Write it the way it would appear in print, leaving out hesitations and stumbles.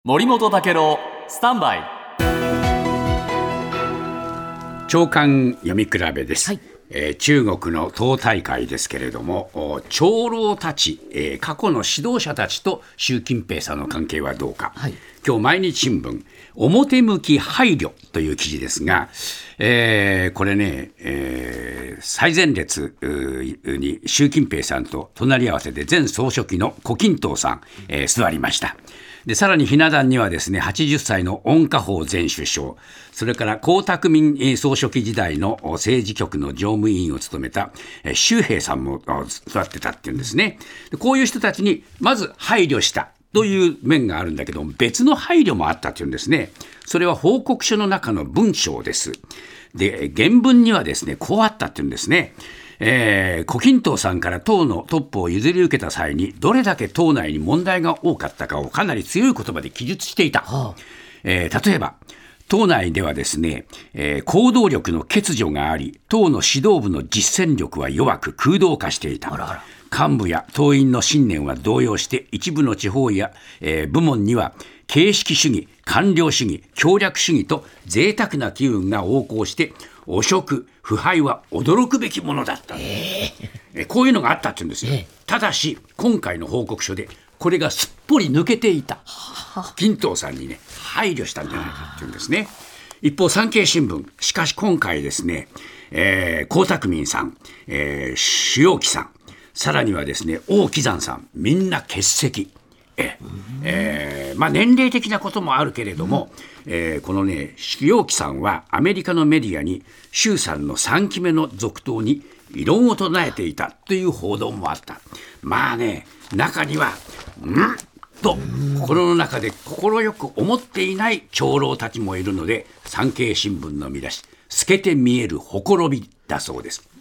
森本武郎スタンバイ長官読み比べです、 はい。 中国の党大会ですけれども、長老たち、過去の指導者たちと習近平さんの関係はどうか、 はい、 今日毎日新聞表向き配慮という記事ですが、これね、最前列に習近平さんと隣り合わせで前総書記の胡錦涛さん、座りました。でさらにひな壇にはですね、80歳の温家宝前首相、それから江沢民総書記時代の政治局の常務委員を務めた周平さんも座ってたっていうんですね。でこういう人たちにまず配慮したという面があるんだけど、別の配慮もあったというんですね。それは報告書の中の文章です。で原文にはですね、こうあったっていうんですね。胡錦涛さんから党のトップを譲り受けた際にどれだけ党内に問題が多かったかをかなり強い言葉で記述していた、例えば党内ではですね、行動力の欠如があり、党の指導部の実践力は弱く空洞化していた。幹部や党員の信念は動揺して、一部の地方や、部門には形式主義、官僚主義、協力主義と贅沢な機運が横行して、汚職、腐敗は驚くべきものだった、こういうのがあったって言うんですよ、ただし今回の報告書でこれがすっぽり抜けていた。金東さんにね、配慮したんじゃないかっていうんですね。一方産経新聞、しかし今回ですね、江沢民さん、朱鎔基さん、さらにはですね王岐山さん、みんな欠席。年齢的なこともあるけれども、このね朱鎔基さんはアメリカのメディアに習さんの3期目の続投に異論を唱えていたという報道もあった。まあね、中にはと心の中で快く思っていない長老たちもいるので、産経新聞の見出し、透けて見えるほころびだそうです。